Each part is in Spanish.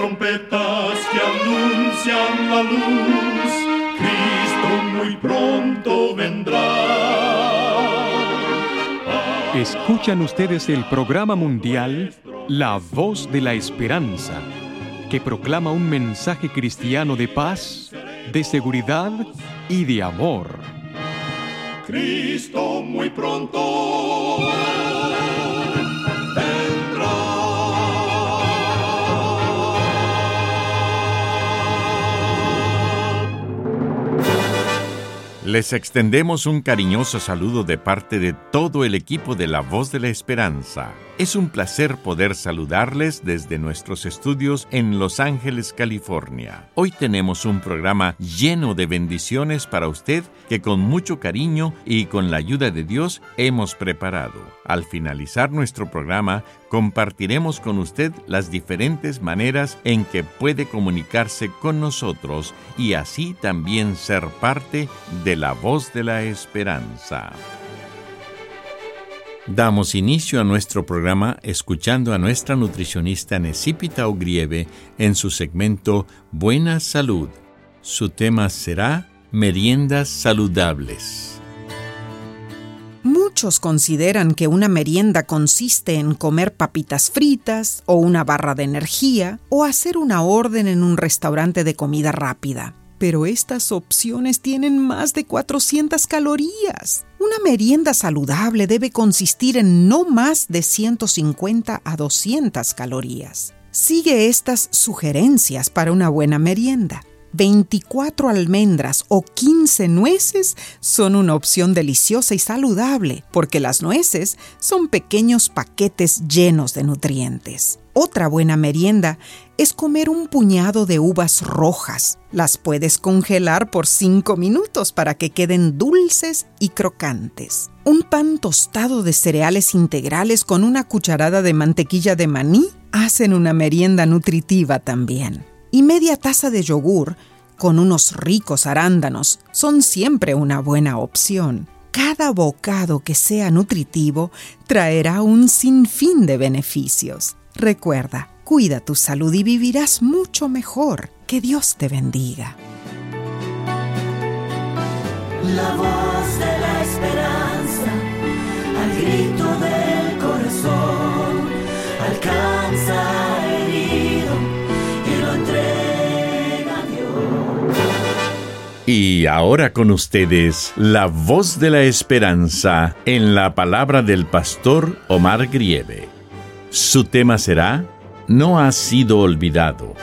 trompetas que anuncian la luz, Cristo muy pronto vendrá. Escuchan ustedes el programa mundial La Voz de la Esperanza, que proclama un mensaje cristiano de paz, de seguridad y de amor. Cristo muy pronto vendrá. Les extendemos un cariñoso saludo de parte de todo el equipo de La Voz de la Esperanza. Es un placer poder saludarles desde nuestros estudios en Los Ángeles, California. Hoy tenemos un programa lleno de bendiciones para usted que con mucho cariño y con la ayuda de Dios hemos preparado. Al finalizar nuestro programa, compartiremos con usted las diferentes maneras en que puede comunicarse con nosotros y así también ser parte de La Voz de la Esperanza. Damos inicio a nuestro programa escuchando a nuestra nutricionista Necipita Ogrieve en su segmento Buena Salud. Su tema será Meriendas Saludables. Muchos consideran que una merienda consiste en comer papitas fritas o una barra de energía o hacer una orden en un restaurante de comida rápida. Pero estas opciones tienen más de 400 calorías. Una merienda saludable debe consistir en no más de 150 a 200 calorías. Sigue estas sugerencias para una buena merienda. 24 almendras o 15 nueces son una opción deliciosa y saludable, porque las nueces son pequeños paquetes llenos de nutrientes. Otra buena merienda es comer un puñado de uvas rojas. Las puedes congelar por 5 minutos para que queden dulces y crocantes. Un pan tostado de cereales integrales con una cucharada de mantequilla de maní hacen una merienda nutritiva también. Y media taza de yogur con unos ricos arándanos son siempre una buena opción. Cada bocado que sea nutritivo traerá un sinfín de beneficios. Recuerda, cuida tu salud y vivirás mucho mejor. Que Dios te bendiga. La voz de la esperanza, al grito del corazón, alcanza herido y lo entrega a Dios. Y ahora con ustedes, La Voz de la Esperanza en la palabra del pastor Omar Grieve. Su tema será No has sido olvidado.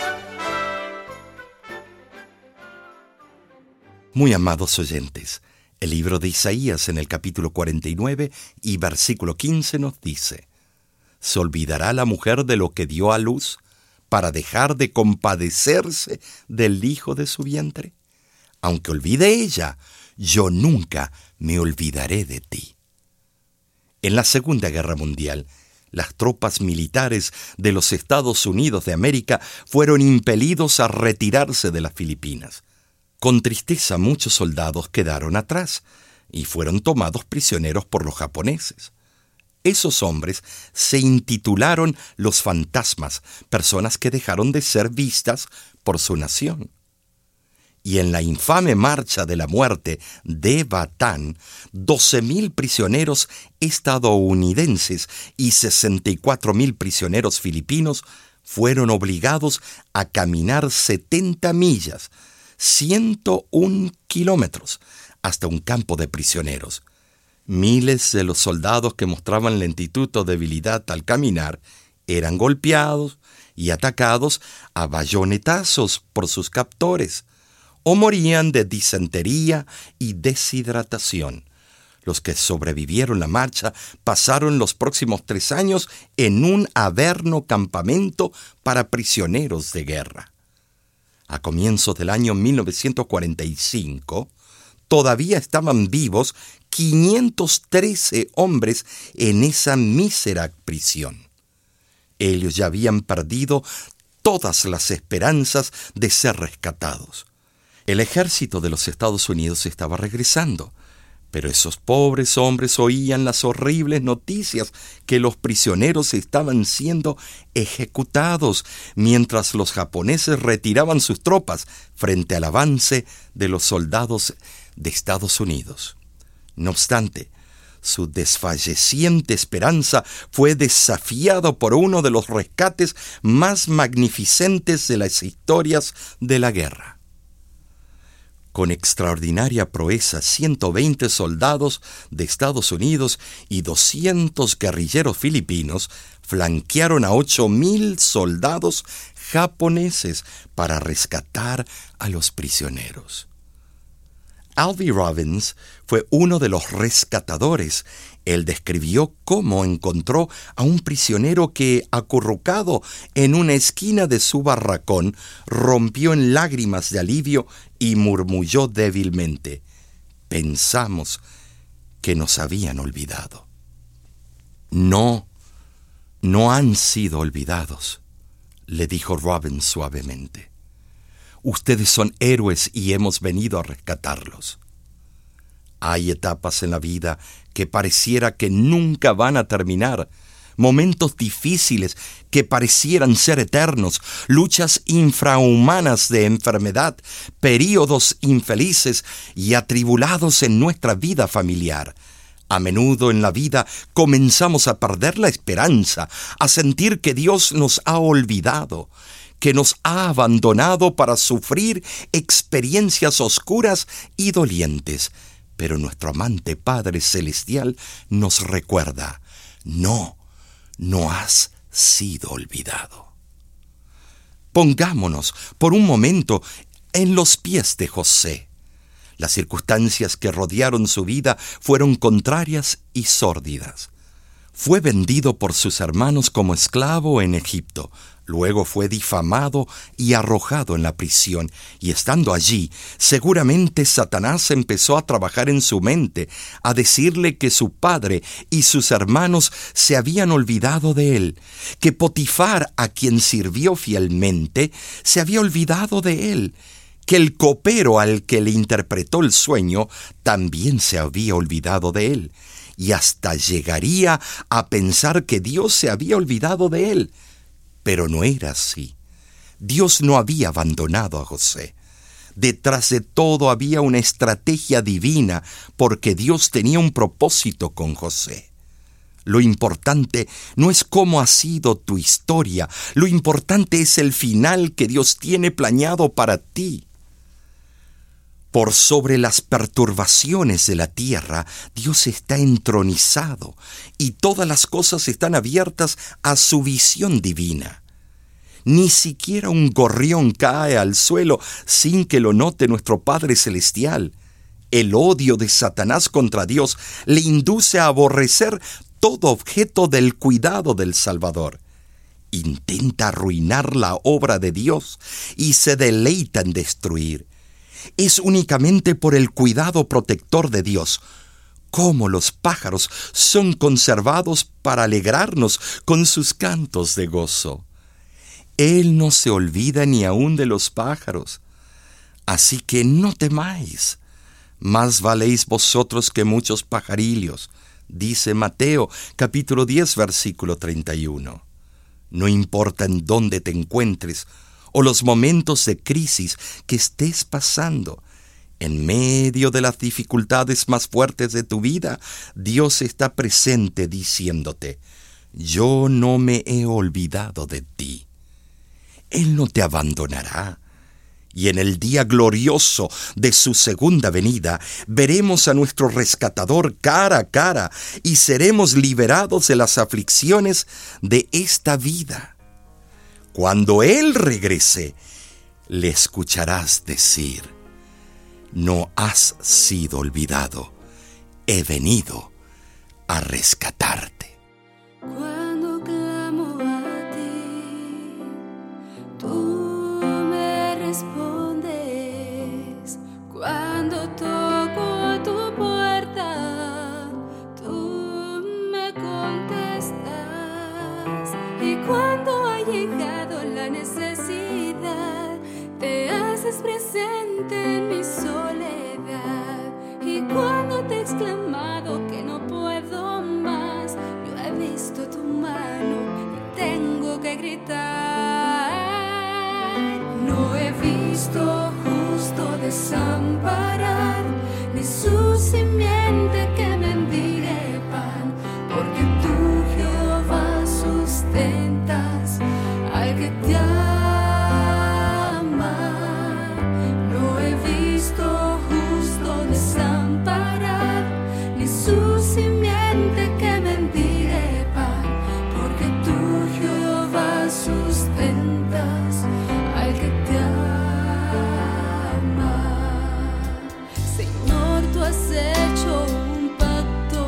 Muy amados oyentes, el libro de Isaías en el capítulo 49 y versículo 15 nos dice: ¿Se olvidará la mujer de lo que dio a luz para dejar de compadecerse del hijo de su vientre? Aunque olvide ella, yo nunca me olvidaré de ti. En la Segunda Guerra Mundial, las tropas militares de los Estados Unidos de América fueron impelidos a retirarse de las Filipinas. Con tristeza, muchos soldados quedaron atrás y fueron tomados prisioneros por los japoneses. Esos hombres se intitularon los fantasmas, personas que dejaron de ser vistas por su nación. Y en la infame marcha de la muerte de Batán, 12,000 prisioneros estadounidenses y 64,000 prisioneros filipinos fueron obligados a caminar 70 millas, 101 kilómetros, hasta un campo de prisioneros. Miles de los soldados que mostraban lentitud o debilidad al caminar eran golpeados y atacados a bayonetazos por sus captores, o morían de disentería y deshidratación. Los que sobrevivieron la marcha pasaron los próximos 3 años en un averno campamento para prisioneros de guerra. A comienzos del año 1945, todavía estaban vivos 513 hombres en esa mísera prisión. Ellos ya habían perdido todas las esperanzas de ser rescatados. El ejército de los Estados Unidos estaba regresando, Pero esos pobres hombres oían las horribles noticias que los prisioneros estaban siendo ejecutados mientras los japoneses retiraban sus tropas frente al avance de los soldados de Estados Unidos. No obstante, su desfalleciente esperanza fue desafiada por uno de los rescates más magnificentes de las historias de la guerra. Con extraordinaria proeza, 120 soldados de Estados Unidos y 200 guerrilleros filipinos flanquearon a 8,000 soldados japoneses para rescatar a los prisioneros. Alvy Robbins fue uno de los rescatadores. Él describió cómo encontró a un prisionero que, acurrucado en una esquina de su barracón, rompió en lágrimas de alivio y murmulló débilmente: «Pensamos que nos habían olvidado». No han sido olvidados, le dijo Robbins suavemente. Ustedes son héroes y hemos venido a rescatarlos. Hay etapas en la vida que pareciera que nunca van a terminar, momentos difíciles que parecieran ser eternos, luchas infrahumanas de enfermedad, períodos infelices y atribulados en nuestra vida familiar. A menudo en la vida comenzamos a perder la esperanza, a sentir que Dios nos ha olvidado, que nos ha abandonado para sufrir experiencias oscuras y dolientes. Pero nuestro amante Padre Celestial nos recuerda: no has sido olvidado. Pongámonos por un momento en los pies de José. Las circunstancias que rodearon su vida fueron contrarias y sórdidas. Fue vendido por sus hermanos como esclavo en Egipto. Luego fue difamado y arrojado en la prisión, y estando allí, seguramente Satanás empezó a trabajar en su mente, a decirle que su padre y sus hermanos se habían olvidado de él, que Potifar, a quien sirvió fielmente, se había olvidado de él, que el copero al que le interpretó el sueño también se había olvidado de él, y hasta llegaría a pensar que Dios se había olvidado de él. Pero no era así. Dios no había abandonado a José. Detrás de todo había una estrategia divina, porque Dios tenía un propósito con José. Lo importante no es cómo ha sido tu historia, lo importante es el final que Dios tiene planeado para ti. Por sobre las perturbaciones de la tierra, Dios está entronizado y todas las cosas están abiertas a su visión divina. Ni siquiera un gorrión cae al suelo sin que lo note nuestro Padre Celestial. El odio de Satanás contra Dios le induce a aborrecer todo objeto del cuidado del Salvador. Intenta arruinar la obra de Dios y se deleita en destruir. Es únicamente por el cuidado protector de Dios cómo los pájaros son conservados para alegrarnos con sus cantos de gozo. Él no se olvida ni aun de los pájaros. Así que no temáis. Más valéis vosotros que muchos pajarillos, dice Mateo, capítulo 10, versículo 31. No importa en dónde te encuentres o los momentos de crisis que estés pasando, en medio de las dificultades más fuertes de tu vida, Dios está presente diciéndote: yo no me he olvidado de ti. Él no te abandonará. Y en el día glorioso de su segunda venida, veremos a nuestro rescatador cara a cara y seremos liberados de las aflicciones de esta vida. Cuando Él regrese, le escucharás decir: no has sido olvidado, he venido a rescatarte. Cuando clamo a ti, tú me respondes. Cuando toco tu puerta, tú me contestas. Y cuando ha llegado la necesidad, te haces presente en mi soledad. Y cuando te clamado que no puedo más. Yo he visto tu mano y tengo que gritar. No he visto justo desamparado, ni su simiente que mendigue pan, porque tú, Jehová, sustentas al que te ama. No he visto justo desamparado, ni su simiente que mendigue pan, porque tú, Jehová, sustentas al que te ama. Señor, tú has hecho un pacto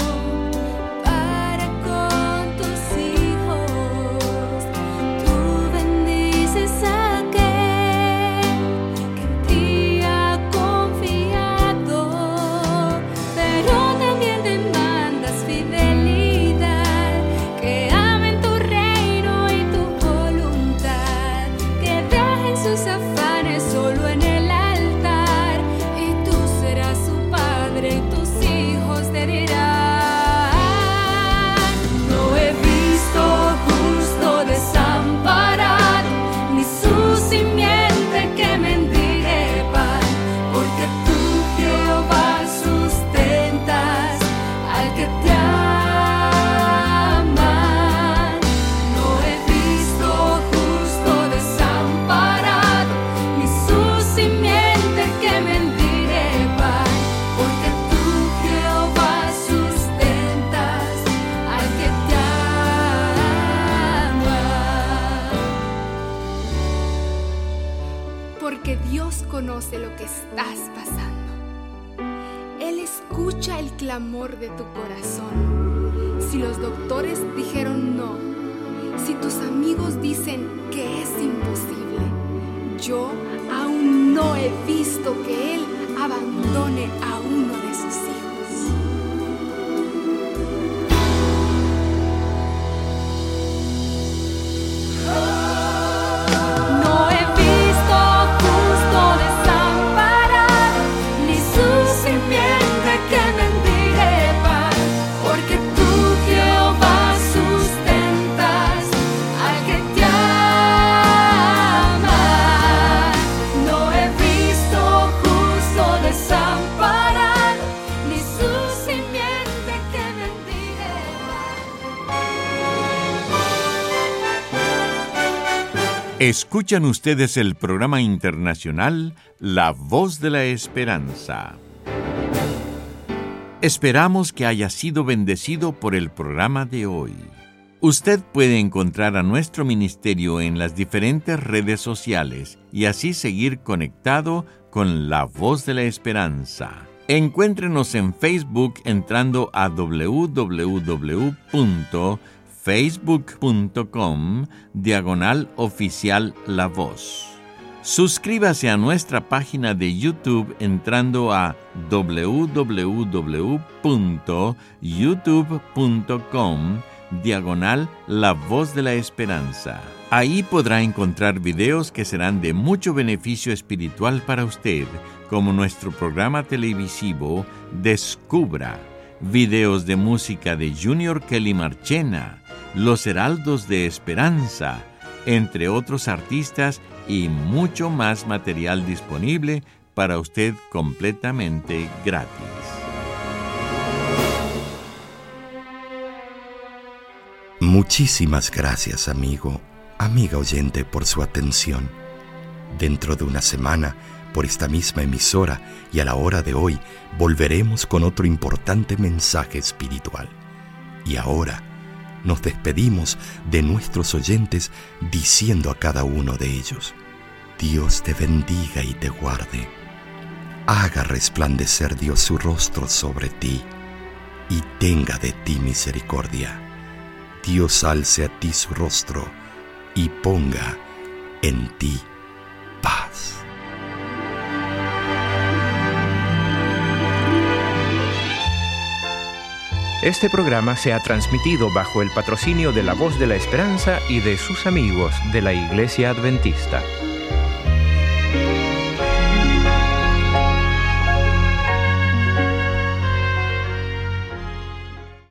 para con tus hijos. Tú bendices a aquel que en ti ha confiado, pero también demandas fidelidad, que amen tu reino y tu voluntad, que dejen sus afanes solo en el altar, y tú serás su padre y tus hijos te dirán. No he visto justo desamparado, ni su simiente que mendigue pan, porque tú, Jehová, sustentas al que te ama. No he visto justo desamparado, ni su simiente que mendigue pan, porque tú, Jehová, sustentas al que te ama. Porque Dios conoce lo que estás pasando. Él escucha el clamor de tu corazón. Si los doctores dijeron no, si tus amigos dicen que es imposible, yo aún no he visto que Él abandone a uno de sus hijos. No he visto justo desamparado, ni su simiente que mendigue pan, porque tú, Jehová, sustentas al que te ama. No he visto justo desamparado, ni su simiente que mendigue pan. Escuchan ustedes el programa internacional La Voz de la Esperanza. Esperamos que haya sido bendecido por el programa de hoy. Usted puede encontrar a nuestro ministerio en las diferentes redes sociales y así seguir conectado con La Voz de la Esperanza. Encuéntrenos en Facebook entrando a www.facebook.com/oficial La Voz. Suscríbase a nuestra página de YouTube entrando a www.youtube.com/La Voz de la Esperanza. Ahí podrá encontrar videos que serán de mucho beneficio espiritual para usted, como nuestro programa televisivo Descubra, videos de música de Junior Kelly Marchena, Los Heraldos de Esperanza, entre otros artistas y mucho más material disponible para usted completamente gratis. Muchísimas gracias, amigo, amiga oyente, por su atención. Dentro de una semana, por esta misma emisora y a la hora de hoy, volveremos con otro importante mensaje espiritual. Y ahora nos despedimos de nuestros oyentes diciendo a cada uno de ellos: Dios te bendiga y te guarde. Haga resplandecer Dios su rostro sobre ti y tenga de ti misericordia. Dios alce a ti su rostro y ponga en ti paz. Este programa se ha transmitido bajo el patrocinio de La Voz de la Esperanza y de sus amigos de la Iglesia Adventista.